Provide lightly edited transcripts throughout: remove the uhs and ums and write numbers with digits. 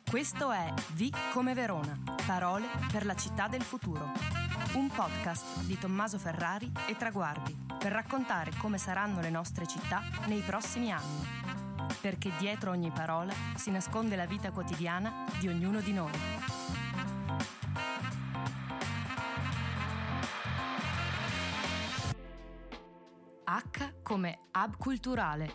Questo è V come Verona, parole per la città del futuro. Un podcast di Tommaso Ferrari e Traguardi per raccontare come saranno le nostre città nei prossimi anni. Perché dietro ogni parola si nasconde la vita quotidiana di ognuno di noi. H come hub culturale.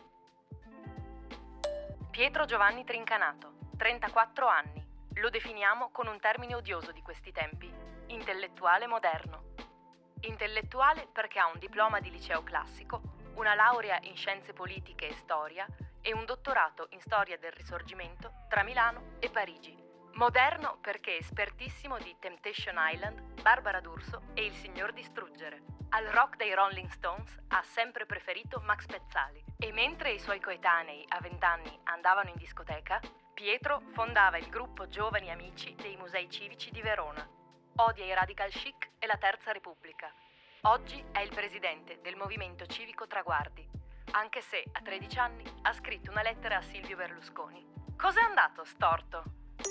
Pietro Giovanni Trincanato, 34 anni. Lo definiamo con un termine odioso di questi tempi: intellettuale moderno. Intellettuale perché ha un diploma di liceo classico, una laurea in scienze politiche e storia e un dottorato in storia del Risorgimento tra Milano e Parigi. Moderno perché è espertissimo di Temptation Island, Barbara D'Urso e Il Signor Distruggere. Al rock dei Rolling Stones ha sempre preferito Max Pezzali. E mentre i suoi coetanei a 20 anni andavano in discoteca, Pietro fondava il gruppo Giovani Amici dei Musei Civici di Verona. Odia i radical chic e la Terza Repubblica. Oggi è il presidente del Movimento Civico Traguardi, anche se a 13 anni ha scritto una lettera a Silvio Berlusconi. Cos'è andato storto?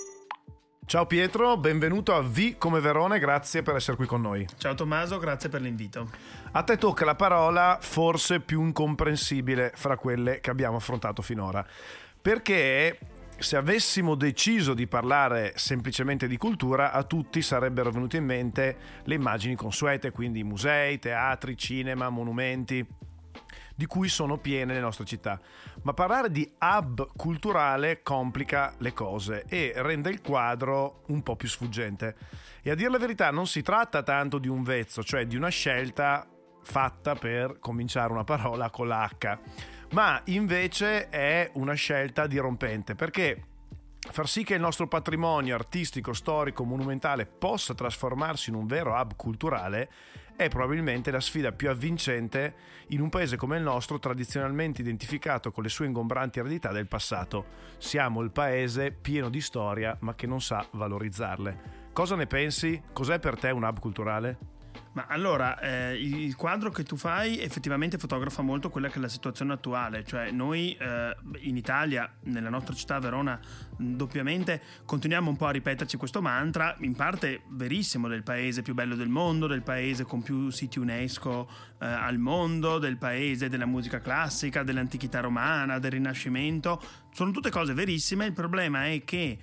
Ciao Pietro, benvenuto a V come Verona e grazie per essere qui con noi. Ciao Tommaso, grazie per l'invito. A te tocca la parola forse più incomprensibile fra quelle che abbiamo affrontato finora, perché se avessimo deciso di parlare semplicemente di cultura, a tutti sarebbero venute in mente le immagini consuete, quindi musei, teatri, cinema, monumenti, di cui sono piene le nostre città. Ma parlare di hub culturale complica le cose e rende il quadro un po' più sfuggente. E a dire la verità non si tratta tanto di un vezzo, cioè di una scelta fatta per cominciare una parola con la H, ma invece è una scelta dirompente, perché far sì che il nostro patrimonio artistico, storico, monumentale possa trasformarsi in un vero hub culturale è probabilmente la sfida più avvincente in un paese come il nostro, tradizionalmente identificato con le sue ingombranti eredità del passato. Siamo il paese pieno di storia, ma che non sa valorizzarle. Cosa ne pensi? Cos'è per te un hub culturale? Ma allora, il quadro che tu fai effettivamente fotografa molto quella che è la situazione attuale, cioè noi in Italia, nella nostra città Verona, doppiamente continuiamo un po' a ripeterci questo mantra, in parte verissimo, del paese più bello del mondo, del paese con più siti UNESCO al mondo, del paese della musica classica, dell'antichità romana, del Rinascimento. Sono tutte cose verissime. Il problema è che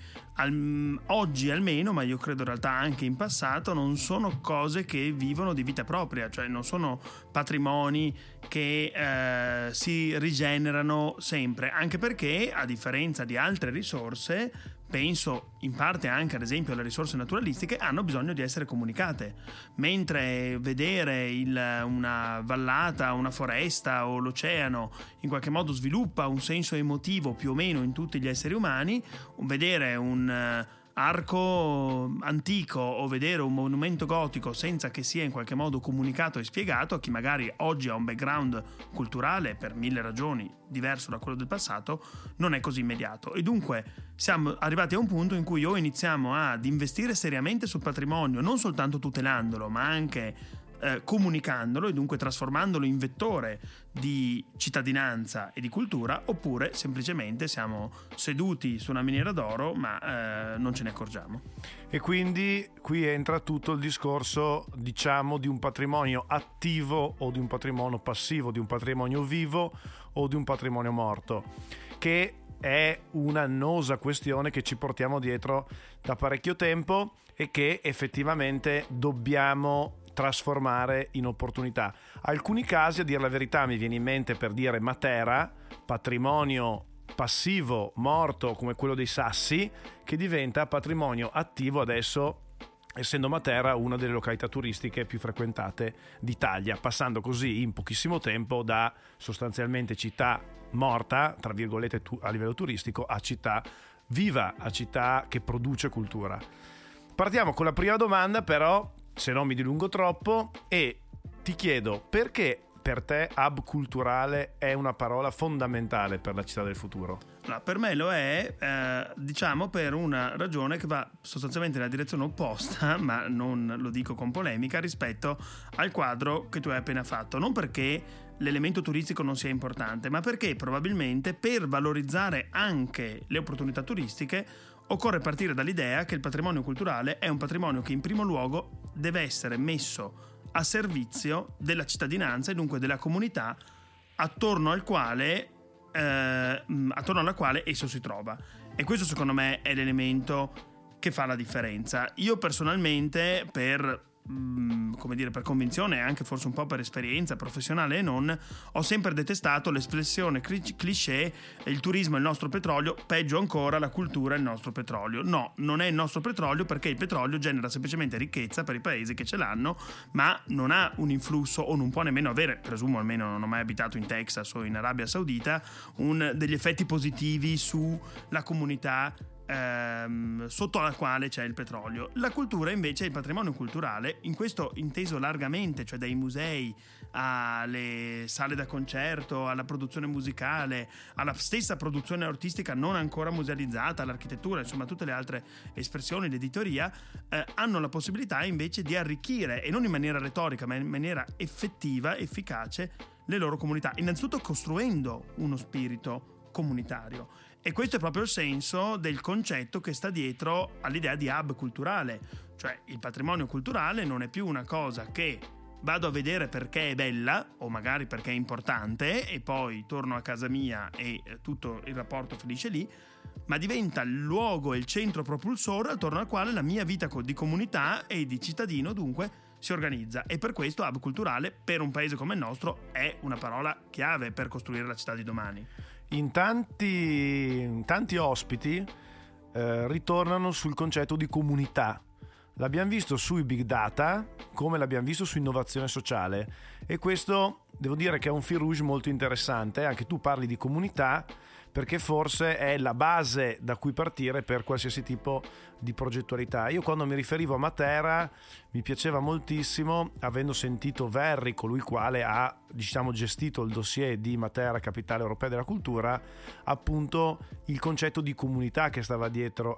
oggi almeno, ma io credo in realtà anche in passato, non sono cose che vivono di vita propria, cioè non sono patrimoni che si rigenerano sempre, anche perché a differenza di altre risorse, penso in parte anche ad esempio alle risorse naturalistiche, hanno bisogno di essere comunicate, mentre vedere una vallata, una foresta o l'oceano in qualche modo sviluppa un senso emotivo più o meno in tutti gli esseri umani, vedere un arco antico o vedere un monumento gotico senza che sia in qualche modo comunicato e spiegato a chi magari oggi ha un background culturale per 1000 ragioni diverso da quello del passato, non è così immediato. E dunque siamo arrivati a un punto in cui o iniziamo ad investire seriamente sul patrimonio, non soltanto tutelandolo ma anche comunicandolo e dunque trasformandolo in vettore di cittadinanza e di cultura, oppure semplicemente siamo seduti su una miniera d'oro ma non ce ne accorgiamo. E quindi qui entra tutto il discorso, diciamo, di un patrimonio attivo o di un patrimonio passivo, di un patrimonio vivo o di un patrimonio morto, che è un'annosa questione che ci portiamo dietro da parecchio tempo e che effettivamente dobbiamo trasformare in opportunità. Alcuni casi, a dire la verità, mi viene in mente per dire Matera, patrimonio passivo morto come quello dei Sassi, che diventa patrimonio attivo adesso, essendo Matera una delle località turistiche più frequentate d'Italia, passando così in pochissimo tempo da sostanzialmente città morta, tra virgolette, a livello turistico, a città viva, a città che produce cultura. Partiamo con la prima domanda, però, se non mi dilungo troppo, e ti chiedo perché per te hub culturale è una parola fondamentale per la città del futuro? No, per me lo è, diciamo, per una ragione che va sostanzialmente nella direzione opposta, ma non lo dico con polemica, rispetto al quadro che tu hai appena fatto. Non perché l'elemento turistico non sia importante, ma perché probabilmente per valorizzare anche le opportunità turistiche occorre partire dall'idea che il patrimonio culturale è un patrimonio che in primo luogo deve essere messo a servizio della cittadinanza e dunque della comunità attorno alla quale esso si trova. E questo secondo me è l'elemento che fa la differenza. Io personalmente per convinzione e anche forse un po' per esperienza professionale e non, ho sempre detestato l'espressione cliché: il turismo è il nostro petrolio, peggio ancora la cultura è il nostro petrolio. No, non è il nostro petrolio, perché il petrolio genera semplicemente ricchezza per i paesi che ce l'hanno, ma non ha un influsso, o non può nemmeno avere, presumo, almeno non ho mai abitato in Texas o in Arabia Saudita, degli effetti positivi sulla comunità sotto la quale c'è il petrolio. La cultura invece è il patrimonio culturale, in questo inteso largamente, cioè dai musei alle sale da concerto, alla produzione musicale, alla stessa produzione artistica non ancora musealizzata, all'architettura, insomma tutte le altre espressioni, l'editoria, hanno la possibilità invece di arricchire, e non in maniera retorica ma in maniera effettiva, efficace, le loro comunità, innanzitutto costruendo uno spirito comunitario. E questo è proprio il senso del concetto che sta dietro all'idea di hub culturale, cioè il patrimonio culturale non è più una cosa che vado a vedere perché è bella o magari perché è importante e poi torno a casa mia e tutto il rapporto finisce lì, ma diventa il luogo e il centro propulsore attorno al quale la mia vita di comunità e di cittadino dunque si organizza. E per questo hub culturale per un paese come il nostro è una parola chiave per costruire la città di domani. In tanti ospiti ritornano sul concetto di comunità. L'abbiamo visto sui big data, come l'abbiamo visto su innovazione sociale, e questo devo dire che è un fil rouge molto interessante. Anche tu parli di comunità perché forse è la base da cui partire per qualsiasi tipo di progettualità. Io quando mi riferivo a Matera mi piaceva moltissimo, avendo sentito Verri, colui quale ha gestito il dossier di Matera Capitale Europea della Cultura, appunto il concetto di comunità che stava dietro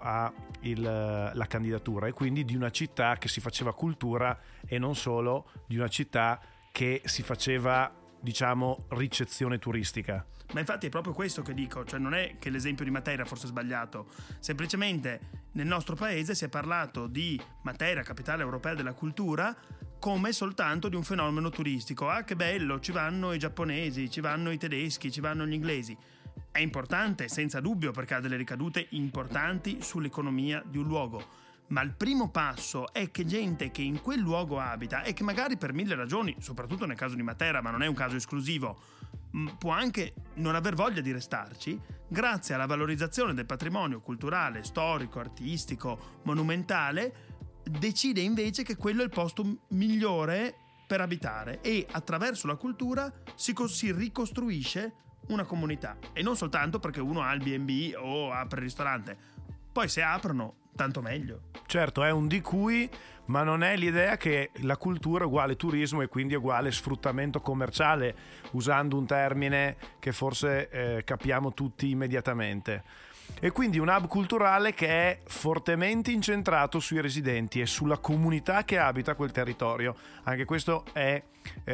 la candidatura, e quindi di una città che si faceva cultura e non solo di una città che si faceva ricezione turistica. Ma infatti è proprio questo che dico, cioè non è che l'esempio di Matera fosse sbagliato, semplicemente nel nostro paese si è parlato di Matera, capitale europea della cultura, come soltanto di un fenomeno turistico. Ah, che bello, ci vanno i giapponesi, ci vanno i tedeschi, ci vanno gli inglesi. È importante, senza dubbio, perché ha delle ricadute importanti sull'economia di un luogo. Ma il primo passo è che gente che in quel luogo abita e che magari per 1000 ragioni, soprattutto nel caso di Matera, ma non è un caso esclusivo, può anche non aver voglia di restarci, grazie alla valorizzazione del patrimonio culturale, storico, artistico, monumentale, decide invece che quello è il posto migliore per abitare, e attraverso la cultura si ricostruisce una comunità. E non soltanto perché uno ha il B&B o apre il ristorante, poi se aprono tanto meglio. Certo, è un di cui, ma non è l'idea che la cultura è uguale turismo e quindi è uguale sfruttamento commerciale, usando un termine che forse capiamo tutti immediatamente. E quindi un hub culturale che è fortemente incentrato sui residenti e sulla comunità che abita quel territorio. Anche questo è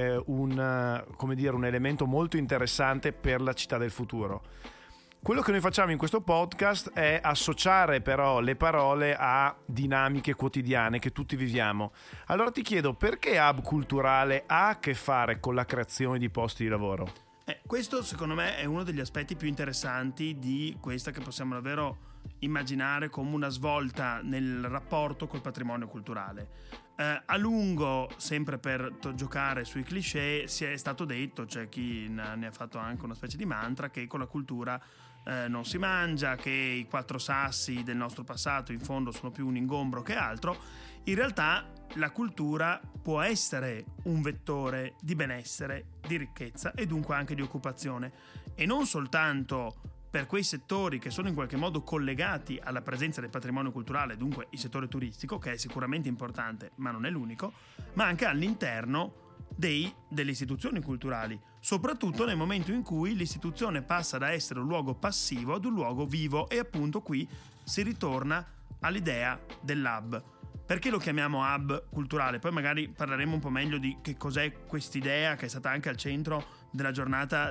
un elemento molto interessante per la città del futuro. Quello che noi facciamo in questo podcast è associare però le parole a dinamiche quotidiane che tutti viviamo. Allora ti chiedo, perché hub culturale ha a che fare con la creazione di posti di lavoro? Questo secondo me è uno degli aspetti più interessanti di questa che possiamo davvero immaginare come una svolta nel rapporto col patrimonio culturale. A lungo, sempre per giocare sui cliché, si è stato detto, c'è chi ne ha fatto anche una specie di mantra, che con la cultura non si mangia, che i 4 sassi del nostro passato in fondo sono più un ingombro che altro. In realtà la cultura può essere un vettore di benessere, di ricchezza e dunque anche di occupazione, e non soltanto per quei settori che sono in qualche modo collegati alla presenza del patrimonio culturale, dunque il settore turistico, che è sicuramente importante ma non è l'unico, ma anche all'interno delle istituzioni culturali, soprattutto nel momento in cui l'istituzione passa da essere un luogo passivo ad un luogo vivo, e appunto qui si ritorna all'idea dell'hub. Perché lo chiamiamo hub culturale? Poi magari parleremo un po' meglio di che cos'è quest'idea che è stata anche al centro della giornata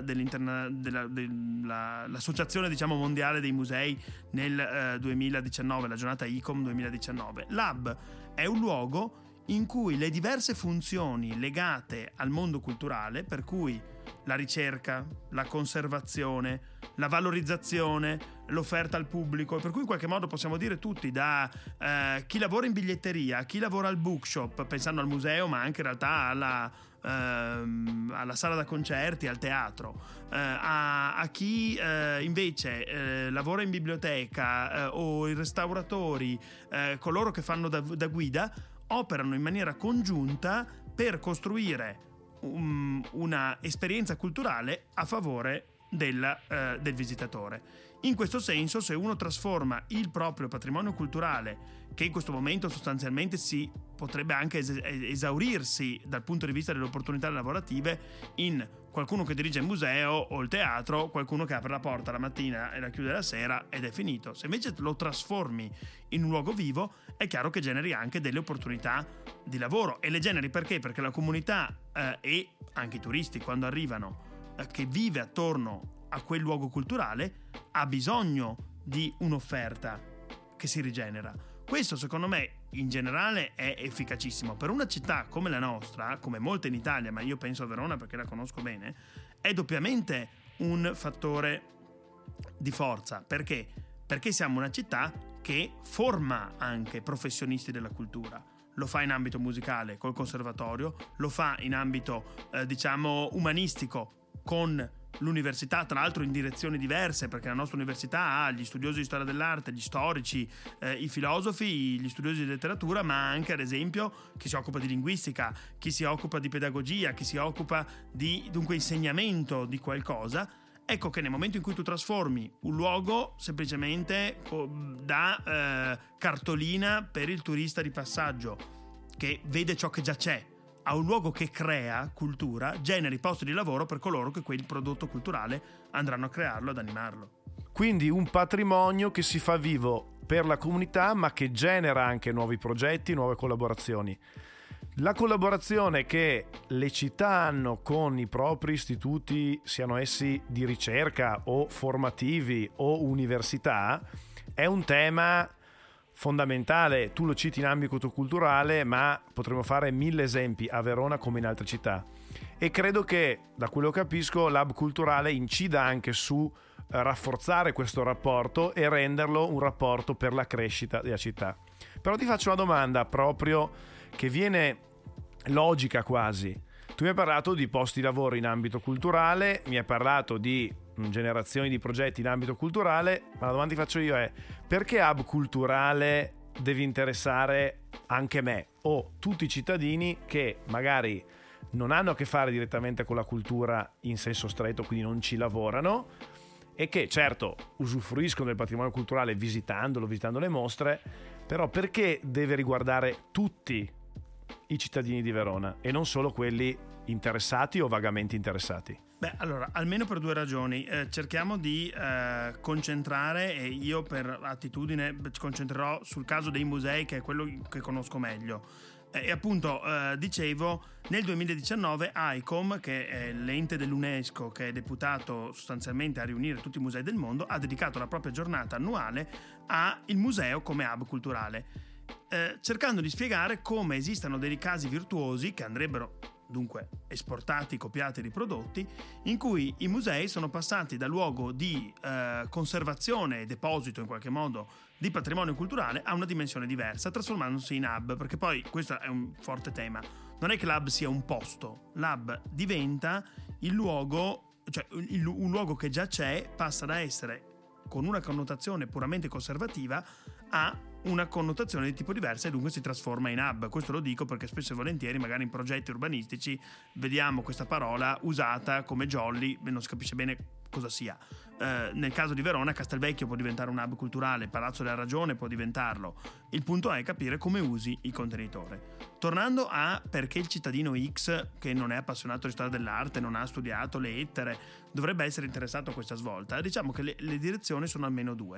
dell'associazione, diciamo, mondiale dei musei nel 2019, la giornata ICOM 2019. L'hub è un luogo in cui le diverse funzioni legate al mondo culturale, per cui la ricerca, la conservazione, la valorizzazione, l'offerta al pubblico, per cui in qualche modo possiamo dire tutti, da chi lavora in biglietteria, chi lavora al bookshop, pensando al museo, ma anche in realtà alla sala da concerti, al teatro, a chi invece lavora in biblioteca, o i restauratori, coloro che fanno da guida, operano in maniera congiunta per costruire una esperienza culturale a favore del visitatore. In questo senso, se uno trasforma il proprio patrimonio culturale, che in questo momento sostanzialmente si potrebbe anche esaurirsi dal punto di vista delle opportunità lavorative, in qualcuno che dirige il museo o il teatro, qualcuno che apre la porta la mattina e la chiude la sera ed è finito. Se invece lo trasformi in un luogo vivo, è chiaro che generi anche delle opportunità di lavoro. E le generi perché? Perché la comunità e anche i turisti, quando arrivano, che vive attorno a quel luogo culturale, ha bisogno di un'offerta che si rigenera. Questo, secondo me, in generale è efficacissimo. Per una città come la nostra, come molte in Italia, ma io penso a Verona perché la conosco bene, è doppiamente un fattore di forza. Perché? Perché siamo una città che forma anche professionisti della cultura. Lo fa in ambito musicale col conservatorio, lo fa in ambito diciamo umanistico con l'università, tra l'altro in direzioni diverse, perché la nostra università ha gli studiosi di storia dell'arte, gli storici, i filosofi, gli studiosi di letteratura, ma anche ad esempio chi si occupa di linguistica, chi si occupa di pedagogia, chi si occupa di dunque insegnamento di qualcosa. Ecco che nel momento in cui tu trasformi un luogo semplicemente da cartolina per il turista di passaggio che vede ciò che già c'è, a un luogo che crea cultura, generi posti di lavoro per coloro che quel prodotto culturale andranno a crearlo, ad animarlo. Quindi un patrimonio che si fa vivo per la comunità, ma che genera anche nuovi progetti, nuove collaborazioni. La collaborazione che le città hanno con i propri istituti, siano essi di ricerca o formativi o università, è un tema fondamentale. Tu lo citi in ambito culturale, ma potremmo fare 1000 esempi a Verona come in altre città, e credo che, da quello che capisco, l'hub culturale incida anche su rafforzare questo rapporto e renderlo un rapporto per la crescita della città. Però ti faccio una domanda proprio che viene logica quasi. Tu mi hai parlato di posti di lavoro in ambito culturale, mi hai parlato di generazioni di progetti in ambito culturale, ma la domanda che faccio io è: perché hub culturale deve interessare anche me o tutti i cittadini che magari non hanno a che fare direttamente con la cultura in senso stretto, quindi non ci lavorano, e che certo usufruiscono del patrimonio culturale visitando le mostre, però perché deve riguardare tutti i cittadini di Verona e non solo quelli interessati o vagamente interessati? Beh, allora, almeno per due ragioni. Cerchiamo di concentrare, e io per attitudine concentrerò sul caso dei musei, che è quello che conosco meglio. E appunto, dicevo, nel 2019 ICOM, che è l'ente dell'UNESCO che è deputato sostanzialmente a riunire tutti i musei del mondo, ha dedicato la propria giornata annuale al museo come hub culturale, cercando di spiegare come esistano dei casi virtuosi che andrebbero dunque esportati, copiati, riprodotti, in cui i musei sono passati da luogo di conservazione e deposito in qualche modo di patrimonio culturale a una dimensione diversa, trasformandosi in hub, perché poi questo è un forte tema. Non è che l'hub sia un posto, l'hub diventa il luogo, cioè un luogo che già c'è passa da essere, con una connotazione puramente conservativa, a una connotazione di tipo diversa, e dunque si trasforma in hub. Questo lo dico perché spesso e volentieri magari in progetti urbanistici vediamo questa parola usata come jolly, non si capisce bene cosa sia. Nel caso di Verona, Castelvecchio può diventare un hub culturale, Palazzo della Ragione può diventarlo. Il punto è capire come usi il contenitore. Tornando a perché il cittadino X, che non è appassionato di storia dell'arte, non ha studiato le lettere, dovrebbe essere interessato a questa svolta, diciamo che le direzioni sono almeno due.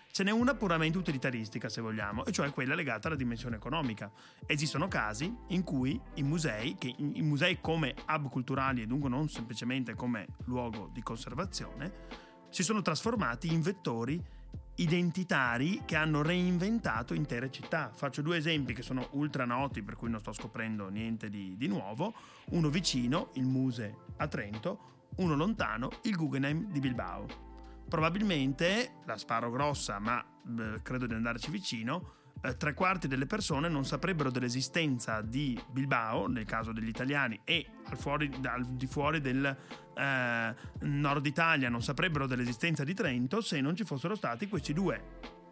Ce n'è una puramente utilitaristica, se vogliamo, e cioè quella legata alla dimensione economica. Esistono casi in cui i musei come hub culturali, e dunque non semplicemente come luogo di conservazione, si sono trasformati in vettori identitari che hanno reinventato intere città. Faccio 2 esempi che sono ultra noti, per cui non sto scoprendo niente di nuovo. Uno vicino, il Muse a Trento, uno lontano, il Guggenheim di Bilbao. Probabilmente, la sparo grossa, ma credo di andarci vicino, 3/4 delle persone non saprebbero dell'esistenza di Bilbao, nel caso degli italiani, e al di fuori del nord Italia non saprebbero dell'esistenza di Trento se non ci fossero stati questi 2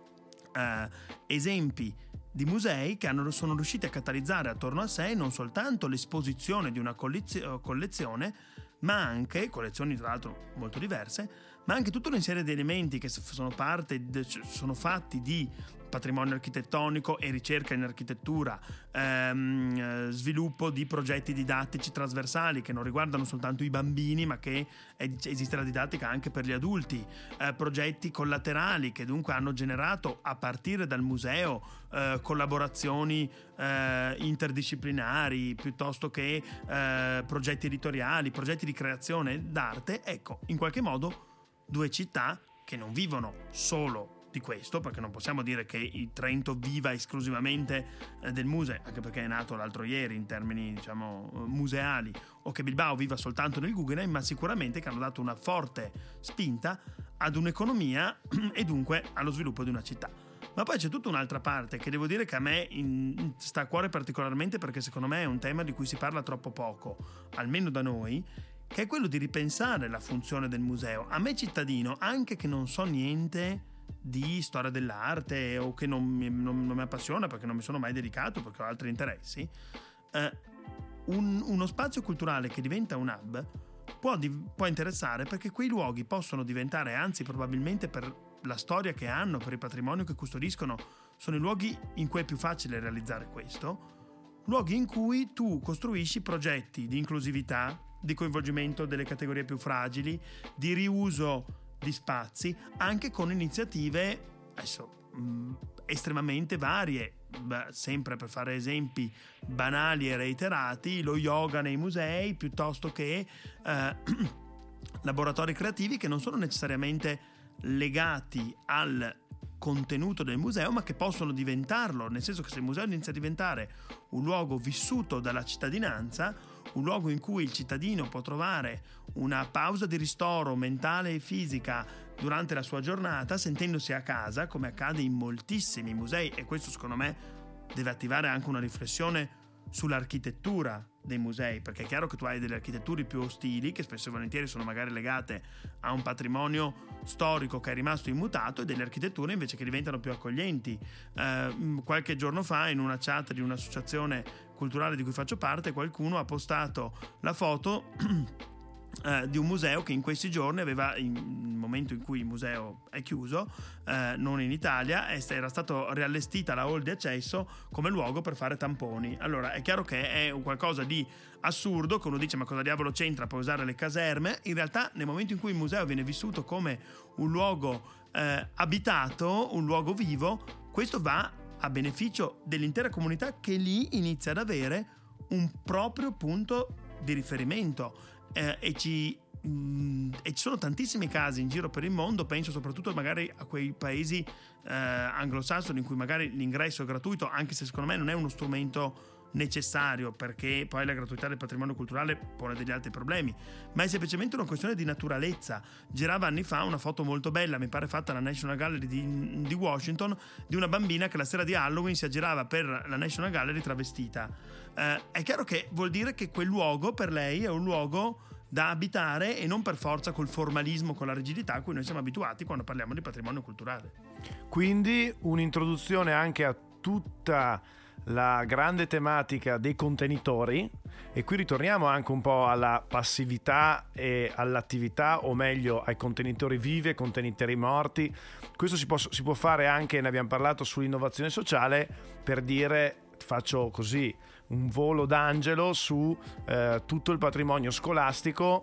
esempi di musei che sono riusciti a catalizzare attorno a sé non soltanto l'esposizione di una collezione, ma anche collezioni tra l'altro molto diverse, ma anche tutta una serie di elementi che sono fatti di patrimonio architettonico e ricerca in architettura, sviluppo di progetti didattici trasversali che non riguardano soltanto i bambini, ma che esiste la didattica anche per gli adulti, progetti collaterali che dunque hanno generato a partire dal museo collaborazioni interdisciplinari piuttosto che progetti editoriali, progetti di creazione d'arte. Ecco, in qualche modo 2 città che non vivono solo di questo, perché non possiamo dire che il Trento viva esclusivamente del Muse, anche perché è nato l'altro ieri in termini museali, o che Bilbao viva soltanto nel Guggenheim, ma sicuramente che hanno dato una forte spinta ad un'economia e dunque allo sviluppo di una città. Ma poi c'è tutta un'altra parte che devo dire che a me sta a cuore particolarmente, perché secondo me è un tema di cui si parla troppo poco, almeno da noi, che è quello di ripensare la funzione del museo. A me cittadino, anche che non so niente di storia dell'arte o che non mi appassiona perché non mi sono mai dedicato, perché ho altri interessi, uno spazio culturale che diventa un hub può interessare, perché quei luoghi possono diventare, anzi probabilmente per la storia che hanno, per il patrimonio che custodiscono, sono i luoghi in cui è più facile realizzare questo, luoghi in cui tu costruisci progetti di inclusività, di coinvolgimento delle categorie più fragili, di riuso di spazi, anche con iniziative estremamente varie. Sempre per fare esempi banali e reiterati, lo yoga nei musei, piuttosto che laboratori creativi che non sono necessariamente legati al contenuto del museo, ma che possono diventarlo, nel senso che se il museo inizia a diventare un luogo vissuto dalla cittadinanza, un luogo in cui il cittadino può trovare una pausa di ristoro mentale e fisica durante la sua giornata, sentendosi a casa, come accade in moltissimi musei, e questo secondo me deve attivare anche una riflessione sull'architettura dei musei, perché è chiaro che tu hai delle architetture più ostili, che spesso e volentieri sono magari legate a un patrimonio storico che è rimasto immutato, e delle architetture invece che diventano più accoglienti. Qualche giorno fa, in una chat di un'associazione culturale di cui faccio parte, qualcuno ha postato la foto di un museo che in questi giorni aveva, in momento in cui il museo è chiuso, non in Italia, era stato riallestita la hall di accesso come luogo per fare tamponi. Allora è chiaro che è qualcosa di assurdo, che uno dice ma cosa diavolo c'entra, puoi usare le caserme. In realtà nel momento in cui il museo viene vissuto come un luogo abitato, un luogo vivo, questo va a beneficio dell'intera comunità, che lì inizia ad avere un proprio punto di riferimento. E ci sono tantissimi casi in giro per il mondo, penso soprattutto magari a quei paesi anglosassoni in cui magari l'ingresso è gratuito, anche se secondo me non è uno strumento necessario, perché poi la gratuità del patrimonio culturale pone degli altri problemi, ma è semplicemente una questione di naturalezza. Girava anni fa una foto molto bella, mi pare fatta alla National Gallery di Washington, di una bambina che la sera di Halloween si aggirava per la National Gallery travestita. È chiaro che vuol dire che quel luogo per lei è un luogo da abitare, e non per forza col formalismo, con la rigidità a cui noi siamo abituati quando parliamo di patrimonio culturale. Quindi un'introduzione anche a tutta la grande tematica dei contenitori, e qui ritorniamo anche un po' alla passività e all'attività, o meglio ai contenitori vivi e contenitori morti. Questo si può fare anche, ne abbiamo parlato, sull'innovazione sociale, per dire, faccio così un volo d'angelo su tutto il patrimonio scolastico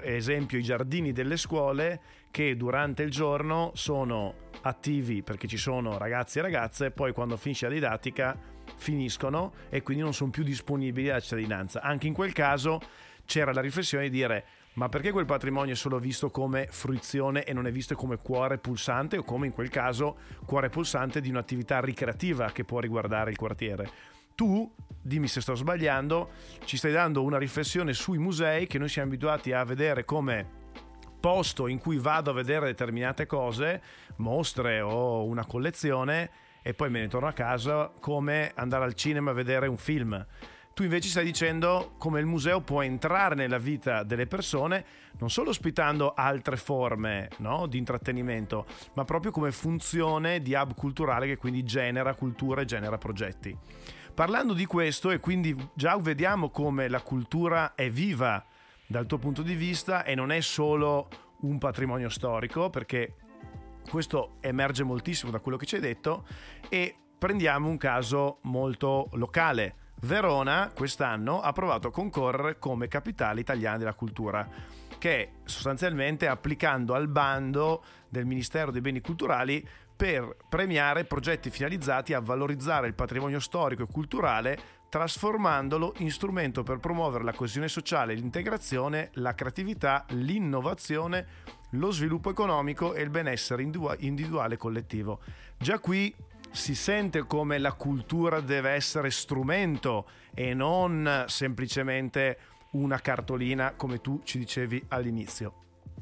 esempio i giardini delle scuole che durante il giorno sono attivi perché ci sono ragazzi e ragazze, poi quando finisce la didattica finiscono e quindi non sono più disponibili alla cittadinanza. Anche in quel caso c'era la riflessione di dire: ma perché quel patrimonio è solo visto come fruizione e non è visto come cuore pulsante, o come in quel caso cuore pulsante di un'attività ricreativa che può riguardare il quartiere? Tu, dimmi se sto sbagliando, ci stai dando una riflessione sui musei che noi siamo abituati a vedere come posto in cui vado a vedere determinate cose, mostre o una collezione, e poi me ne torno a casa, come andare al cinema a vedere un film. Tu invece stai dicendo come il museo può entrare nella vita delle persone, non solo ospitando altre forme, no, di intrattenimento, ma proprio come funzione di hub culturale che quindi genera cultura e genera progetti. Parlando di questo, e quindi già vediamo come la cultura è viva dal tuo punto di vista e non è solo un patrimonio storico, perché questo emerge moltissimo da quello che ci hai detto, e prendiamo un caso molto locale. Verona quest'anno ha provato a concorrere come capitale italiana della cultura, che sostanzialmente applicando al bando del Ministero dei Beni Culturali per premiare progetti finalizzati a valorizzare il patrimonio storico e culturale, trasformandolo in strumento per promuovere la coesione sociale, l'integrazione, la creatività, l'innovazione, lo sviluppo economico e il benessere individuale e collettivo. Già qui si sente come la cultura deve essere strumento e non semplicemente una cartolina, come tu ci dicevi all'inizio.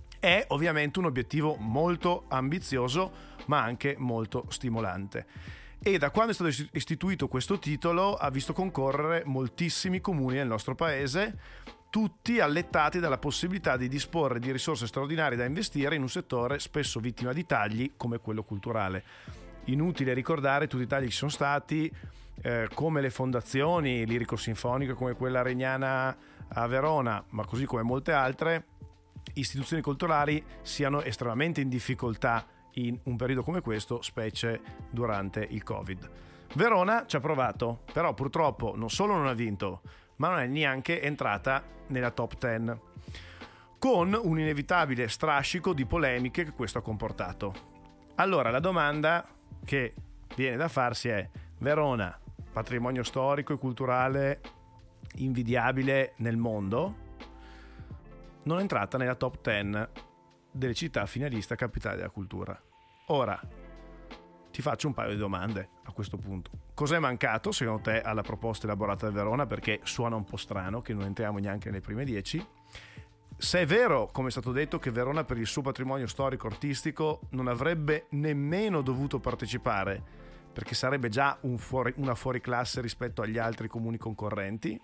È ovviamente un obiettivo molto ambizioso, ma anche molto stimolante. E da quando è stato istituito questo titolo ha visto concorrere moltissimi comuni nel nostro paese, tutti allettati dalla possibilità di disporre di risorse straordinarie da investire in un settore spesso vittima di tagli come quello culturale. Inutile ricordare tutti i tagli che ci sono stati, come le fondazioni lirico-sinfoniche come quella Regnana a Verona, ma così come molte altre istituzioni culturali siano estremamente in difficoltà in un periodo come questo, specie durante il Covid. Verona ci ha provato, però purtroppo non solo non ha vinto, ma non è neanche entrata nella top 10, con un inevitabile strascico di polemiche che questo ha comportato. Allora la domanda che viene da farsi è: Verona, patrimonio storico e culturale invidiabile nel mondo, non è entrata nella top 10 delle città finaliste a capitale della cultura. Ora ti faccio un paio di domande a questo punto. Cos'è mancato secondo te alla proposta elaborata da Verona? Perché suona un po' strano che non entriamo neanche nelle prime 10. Se è vero, come è stato detto, che Verona per il suo patrimonio storico-artistico non avrebbe nemmeno dovuto partecipare, perché sarebbe già una fuoriclasse rispetto agli altri comuni concorrenti.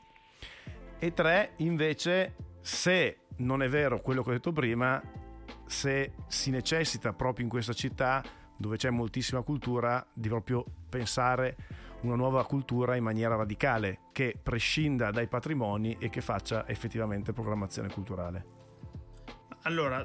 E 3, invece, se non è vero quello che ho detto prima, se si necessita proprio in questa città, dove c'è moltissima cultura, di proprio pensare una nuova cultura in maniera radicale, che prescinda dai patrimoni e che faccia effettivamente programmazione culturale. Allora,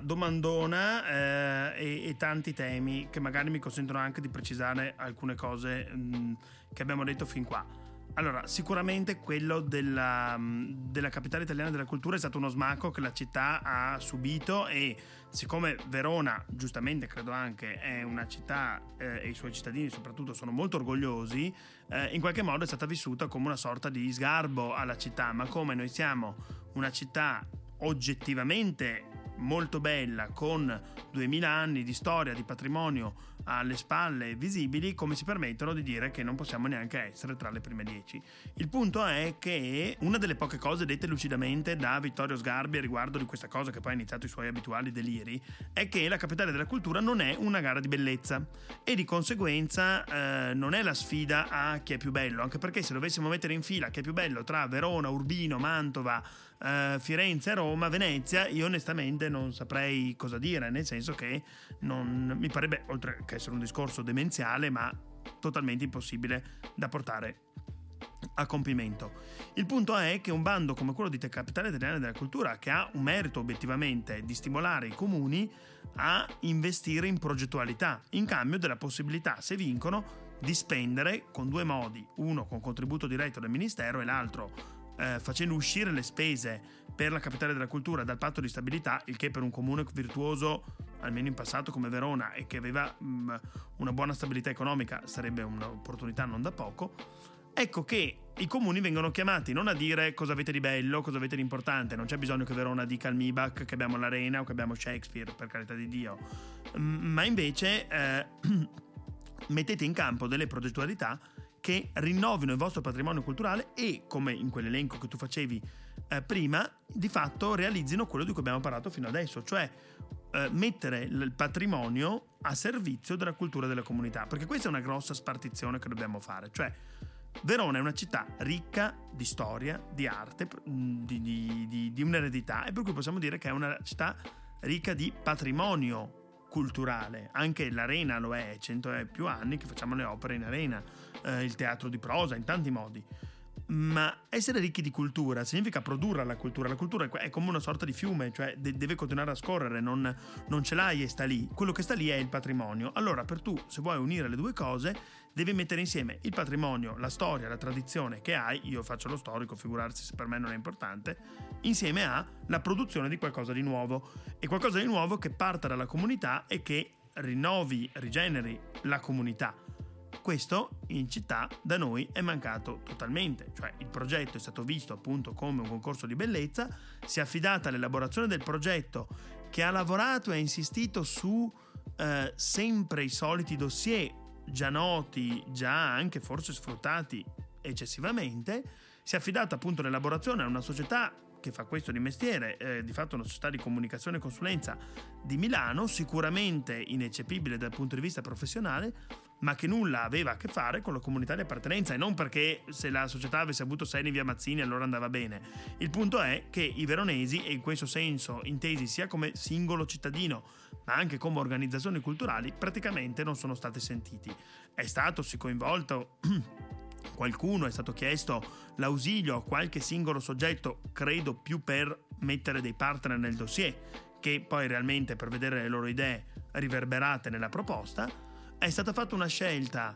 domandona e tanti temi che magari mi consentono anche di precisare alcune cose che abbiamo detto fin qua. Allora, sicuramente quello della capitale italiana della cultura è stato uno smacco che la città ha subito, e siccome Verona, giustamente credo anche, è una città e i suoi cittadini soprattutto sono molto orgogliosi, in qualche modo è stata vissuta come una sorta di sgarbo alla città, ma come noi siamo una città oggettivamente molto bella, con 2000 anni di storia, di patrimonio alle spalle visibili, come si permettono di dire che non possiamo neanche essere tra le prime 10? Il punto è che una delle poche cose dette lucidamente da Vittorio Sgarbi a riguardo di questa cosa, che poi ha iniziato i suoi abituali deliri, è che la capitale della cultura non è una gara di bellezza e di conseguenza non è la sfida a chi è più bello, anche perché se dovessimo mettere in fila chi è più bello tra Verona, Urbino, Mantova, Firenze, Roma, Venezia, io onestamente non saprei cosa dire, nel senso che non mi parebbe, oltre che essere un discorso demenziale, ma totalmente impossibile da portare a compimento. Il punto è che un bando come quello di Capitale Italiana della Cultura, che ha un merito obiettivamente di stimolare i comuni a investire in progettualità, in cambio della possibilità, se vincono, di spendere con due modi: uno con contributo diretto del Ministero e l'altro facendo uscire le spese per la capitale della cultura dal patto di stabilità, il che per un comune virtuoso, almeno in passato come Verona, e che aveva una buona stabilità economica, sarebbe un'opportunità non da poco. Ecco che i comuni vengono chiamati non a dire cosa avete di bello, cosa avete di importante. Non c'è bisogno che Verona dica al MIBAC che abbiamo l'Arena o che abbiamo Shakespeare, per carità di Dio, ma invece mettete in campo delle progettualità che rinnovino il vostro patrimonio culturale e, come in quell'elenco che tu facevi prima, di fatto realizzino quello di cui abbiamo parlato fino adesso, cioè mettere il patrimonio a servizio della cultura della comunità, perché questa è una grossa spartizione che dobbiamo fare. Cioè, Verona è una città ricca di storia, di arte, di un'eredità, e per cui possiamo dire che è una città ricca di patrimonio culturale. Anche l'Arena lo è, 100 e più anni che facciamo le opere in Arena, il teatro di prosa, in tanti modi. Ma essere ricchi di cultura significa produrre la cultura. La cultura è come una sorta di fiume, cioè deve continuare a scorrere, non ce l'hai e sta lì. Quello che sta lì è il patrimonio. Allora, se vuoi unire le due cose, devi mettere insieme il patrimonio, la storia, la tradizione che hai. Io faccio lo storico, figurarsi se per me non è importante, insieme alla produzione di qualcosa di nuovo, e qualcosa di nuovo che parta dalla comunità e che rinnovi, rigeneri la comunità. Questo in città da noi è mancato totalmente, cioè il progetto è stato visto appunto come un concorso di bellezza, si è affidata all'elaborazione del progetto, che ha lavorato e ha insistito su sempre i soliti dossier già noti, già anche forse sfruttati eccessivamente. Si è affidata appunto all'elaborazione a una società che fa questo di mestiere, di fatto una società di comunicazione e consulenza di Milano, sicuramente ineccepibile dal punto di vista professionale, ma che nulla aveva a che fare con la comunità di appartenenza, e non perché se la società avesse avuto sede in via Mazzini allora andava bene. Il punto è che i veronesi, e in questo senso intesi sia come singolo cittadino ma anche come organizzazioni culturali, praticamente non sono stati sentiti. È stato coinvolto qualcuno, è stato chiesto l'ausilio a qualche singolo soggetto, credo più per mettere dei partner nel dossier che poi realmente per vedere le loro idee riverberate nella proposta. È stata fatta una scelta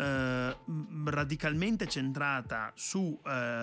radicalmente centrata su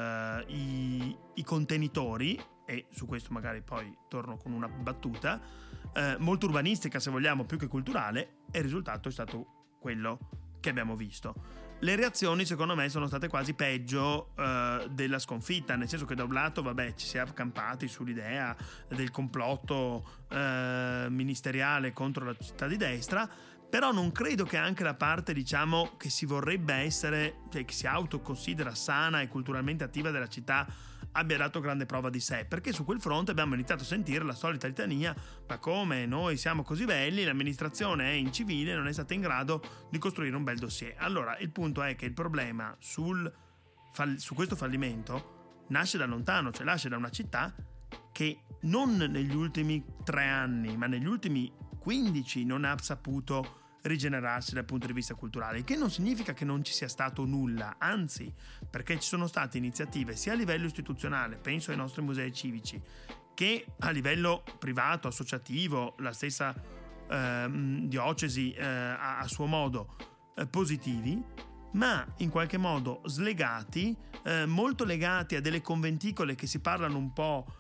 i contenitori, e su questo magari poi torno con una battuta, molto urbanistica se vogliamo più che culturale, e il risultato è stato quello che abbiamo visto. Le reazioni secondo me sono state quasi peggio della sconfitta, nel senso che da un lato ci si è accampati sull'idea del complotto ministeriale contro la città di destra, però non credo che anche la parte che si vorrebbe essere, cioè che si autoconsidera sana e culturalmente attiva della città, abbia dato grande prova di sé, perché su quel fronte abbiamo iniziato a sentire la solita litania: ma come, noi siamo così belli, l'amministrazione è incivile, non è stata in grado di costruire un bel dossier. Allora il punto è che il problema su questo fallimento nasce da lontano, cioè nasce da una città che non negli ultimi 3 anni ma negli ultimi 15 non ha saputo rigenerarsi dal punto di vista culturale, il che non significa che non ci sia stato nulla, anzi, perché ci sono state iniziative sia a livello istituzionale, penso ai nostri musei civici, che a livello privato, associativo, la stessa diocesi a suo modo positivi, ma in qualche modo slegati, molto legati a delle conventicole che si parlano un po'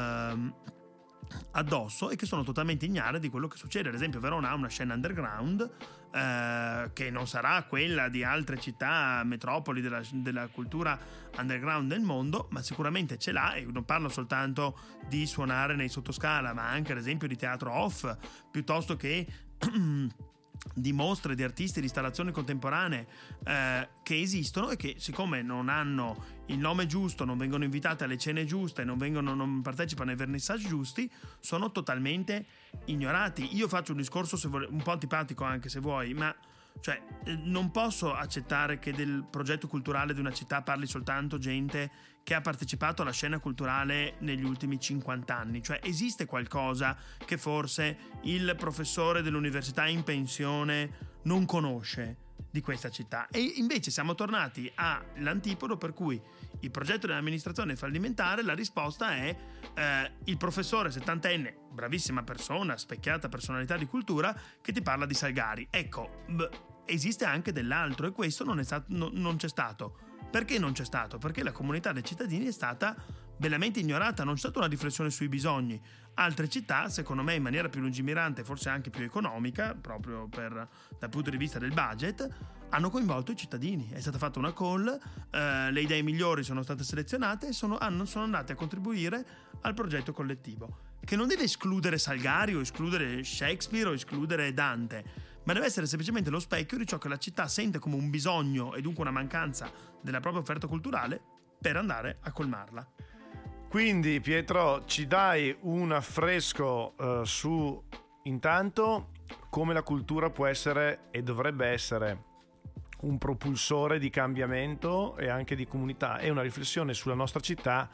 addosso e che sono totalmente ignare di quello che succede. Ad esempio Verona ha una scena underground che non sarà quella di altre città metropoli della cultura underground del mondo, ma sicuramente ce l'ha, e non parlo soltanto di suonare nei sottoscala, ma anche ad esempio di teatro off, piuttosto che di mostre di artisti di installazioni contemporanee che esistono e che, siccome non hanno il nome giusto, non vengono invitate alle cene giuste, non partecipano ai vernissage giusti, sono totalmente ignorati. Io faccio un discorso un po' antipatico anche se vuoi, ma cioè non posso accettare che del progetto culturale di una città parli soltanto gente che ha partecipato alla scena culturale negli ultimi 50 anni. Cioè esiste qualcosa che forse il professore dell'università in pensione non conosce di questa città, e invece siamo tornati all'antipodo, per cui il progetto dell'amministrazione fallimentare, la risposta è il professore 70enne, bravissima persona, specchiata personalità di cultura, che ti parla di Salgari. Ecco, esiste anche dell'altro, e questo non c'è stato Perché non c'è stato? Perché la comunità dei cittadini è stata bellamente ignorata, non c'è stata una riflessione sui bisogni. Altre città, secondo me in maniera più lungimirante, forse anche più economica, proprio dal punto di vista del budget, hanno coinvolto i cittadini. È stata fatta una call, le idee migliori sono state selezionate e sono andate a contribuire al progetto collettivo, che non deve escludere Salgari o escludere Shakespeare o escludere Dante, ma deve essere semplicemente lo specchio di ciò che la città sente come un bisogno e dunque una mancanza della propria offerta culturale per andare a colmarla. Quindi Pietro, ci dai un affresco su intanto come la cultura può essere e dovrebbe essere un propulsore di cambiamento e anche di comunità, e una riflessione sulla nostra città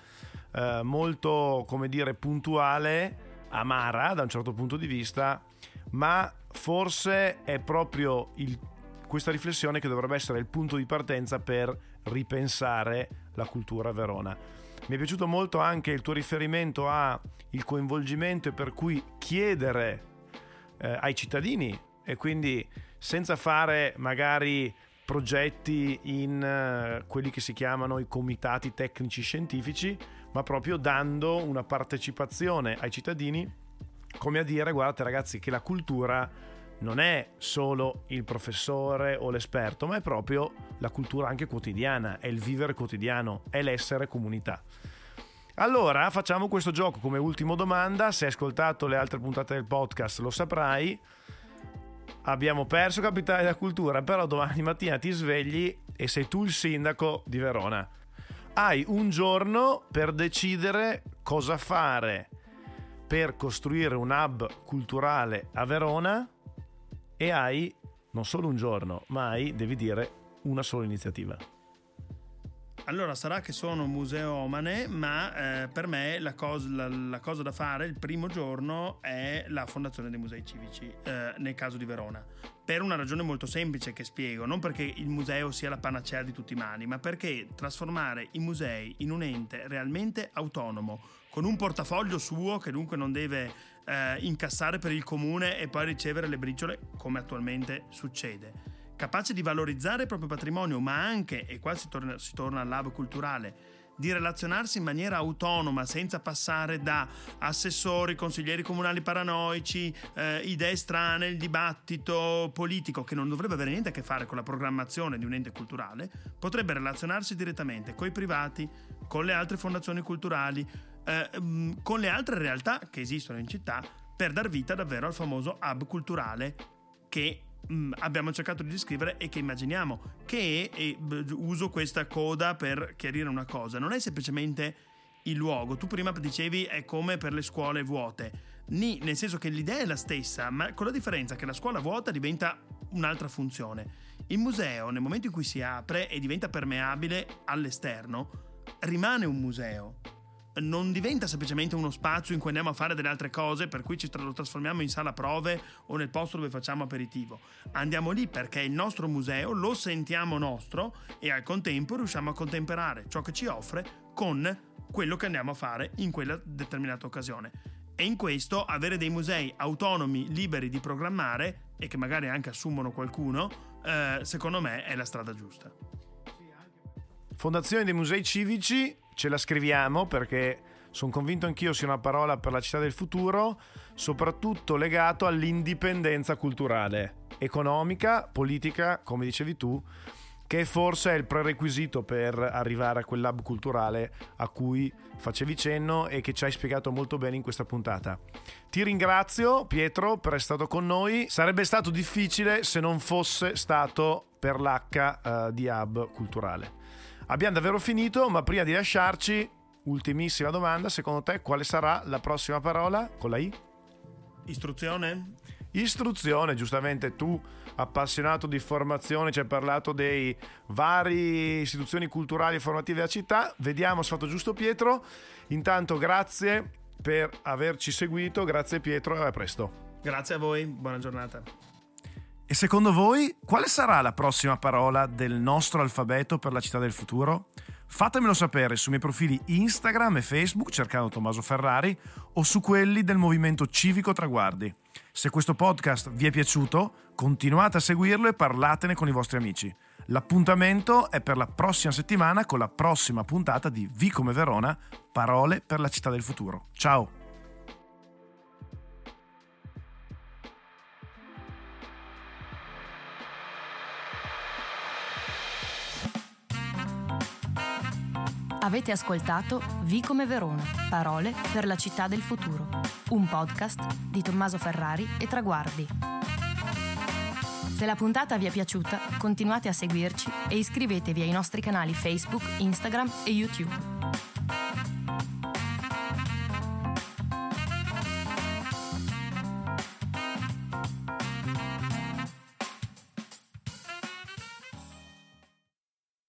molto, come dire, puntuale, amara da un certo punto di vista, ma forse è proprio questa riflessione che dovrebbe essere il punto di partenza per ripensare la cultura a Verona. Mi è piaciuto molto anche il tuo riferimento al coinvolgimento e per cui chiedere ai cittadini, e quindi senza fare magari progetti in quelli che si chiamano i comitati tecnici scientifici, ma proprio dando una partecipazione ai cittadini, come a dire: guardate ragazzi che la cultura non è solo il professore o l'esperto, ma è proprio la cultura anche quotidiana, è il vivere quotidiano, è l'essere comunità. Allora facciamo questo gioco come ultima domanda. Se hai ascoltato le altre puntate del podcast lo saprai, abbiamo perso Capitale della Cultura, però domani mattina ti svegli e sei tu il sindaco di Verona. Hai un giorno per decidere cosa fare per costruire un hub culturale a Verona, e hai non solo un giorno, ma devi dire una sola iniziativa. Allora, sarà che sono museomane, ma per me la cosa da fare il primo giorno è la fondazione dei musei civici, nel caso di Verona, per una ragione molto semplice che spiego: non perché il museo sia la panacea di tutti i mali, ma perché trasformare i musei in un ente realmente autonomo, con un portafoglio suo che dunque non deve incassare per il comune e poi ricevere le briciole come attualmente succede, capace di valorizzare il proprio patrimonio, ma anche, e qua si torna al lab culturale, di relazionarsi in maniera autonoma senza passare da assessori, consiglieri comunali paranoici, idee strane, il dibattito politico che non dovrebbe avere niente a che fare con la programmazione di un ente culturale, potrebbe relazionarsi direttamente con i privati, con le altre fondazioni culturali, con le altre realtà che esistono in città, per dar vita davvero al famoso hub culturale che abbiamo cercato di descrivere e che immaginiamo. Che uso questa coda per chiarire una cosa: non è semplicemente il luogo. Tu prima dicevi è come per le scuole vuote, nel senso che l'idea è la stessa, ma con la differenza che la scuola vuota diventa un'altra funzione. Il museo, nel momento in cui si apre e diventa permeabile all'esterno, rimane un museo. Non diventa semplicemente uno spazio in cui andiamo a fare delle altre cose, per cui lo trasformiamo in sala prove o nel posto dove facciamo aperitivo. Andiamo lì perché è il nostro museo, lo sentiamo nostro e al contempo riusciamo a contemperare ciò che ci offre con quello che andiamo a fare in quella determinata occasione. E in questo avere dei musei autonomi, liberi di programmare e che magari anche assumono qualcuno, secondo me è la strada giusta. Fondazione dei musei civici, ce la scriviamo perché sono convinto anch'io sia una parola per la città del futuro, soprattutto legato all'indipendenza culturale, economica, politica, come dicevi tu, che forse è il prerequisito per arrivare a quel hub culturale a cui facevi cenno e che ci hai spiegato molto bene in questa puntata. Ti ringrazio Pietro per essere stato con noi. Sarebbe stato difficile se non fosse stato per l'H di hub culturale. Abbiamo davvero finito, ma prima di lasciarci, ultimissima domanda: secondo te quale sarà la prossima parola con la I? Istruzione? Istruzione, giustamente tu, appassionato di formazione, ci hai parlato dei vari istituzioni culturali e formative della città. Vediamo se ho fatto giusto Pietro. Intanto grazie per averci seguito, grazie Pietro e a presto. Grazie a voi, buona giornata. E secondo voi, quale sarà la prossima parola del nostro alfabeto per la città del futuro? Fatemelo sapere sui miei profili Instagram e Facebook cercando Tommaso Ferrari o su quelli del Movimento Civico Traguardi. Se questo podcast vi è piaciuto, continuate a seguirlo e parlatene con i vostri amici. L'appuntamento è per la prossima settimana con la prossima puntata di V come Verona, parole per la città del futuro. Ciao! Avete ascoltato V come Verona, parole per la città del futuro, un podcast di Tommaso Ferrari e Traguardi. Se la puntata vi è piaciuta, continuate a seguirci e iscrivetevi ai nostri canali Facebook, Instagram e YouTube.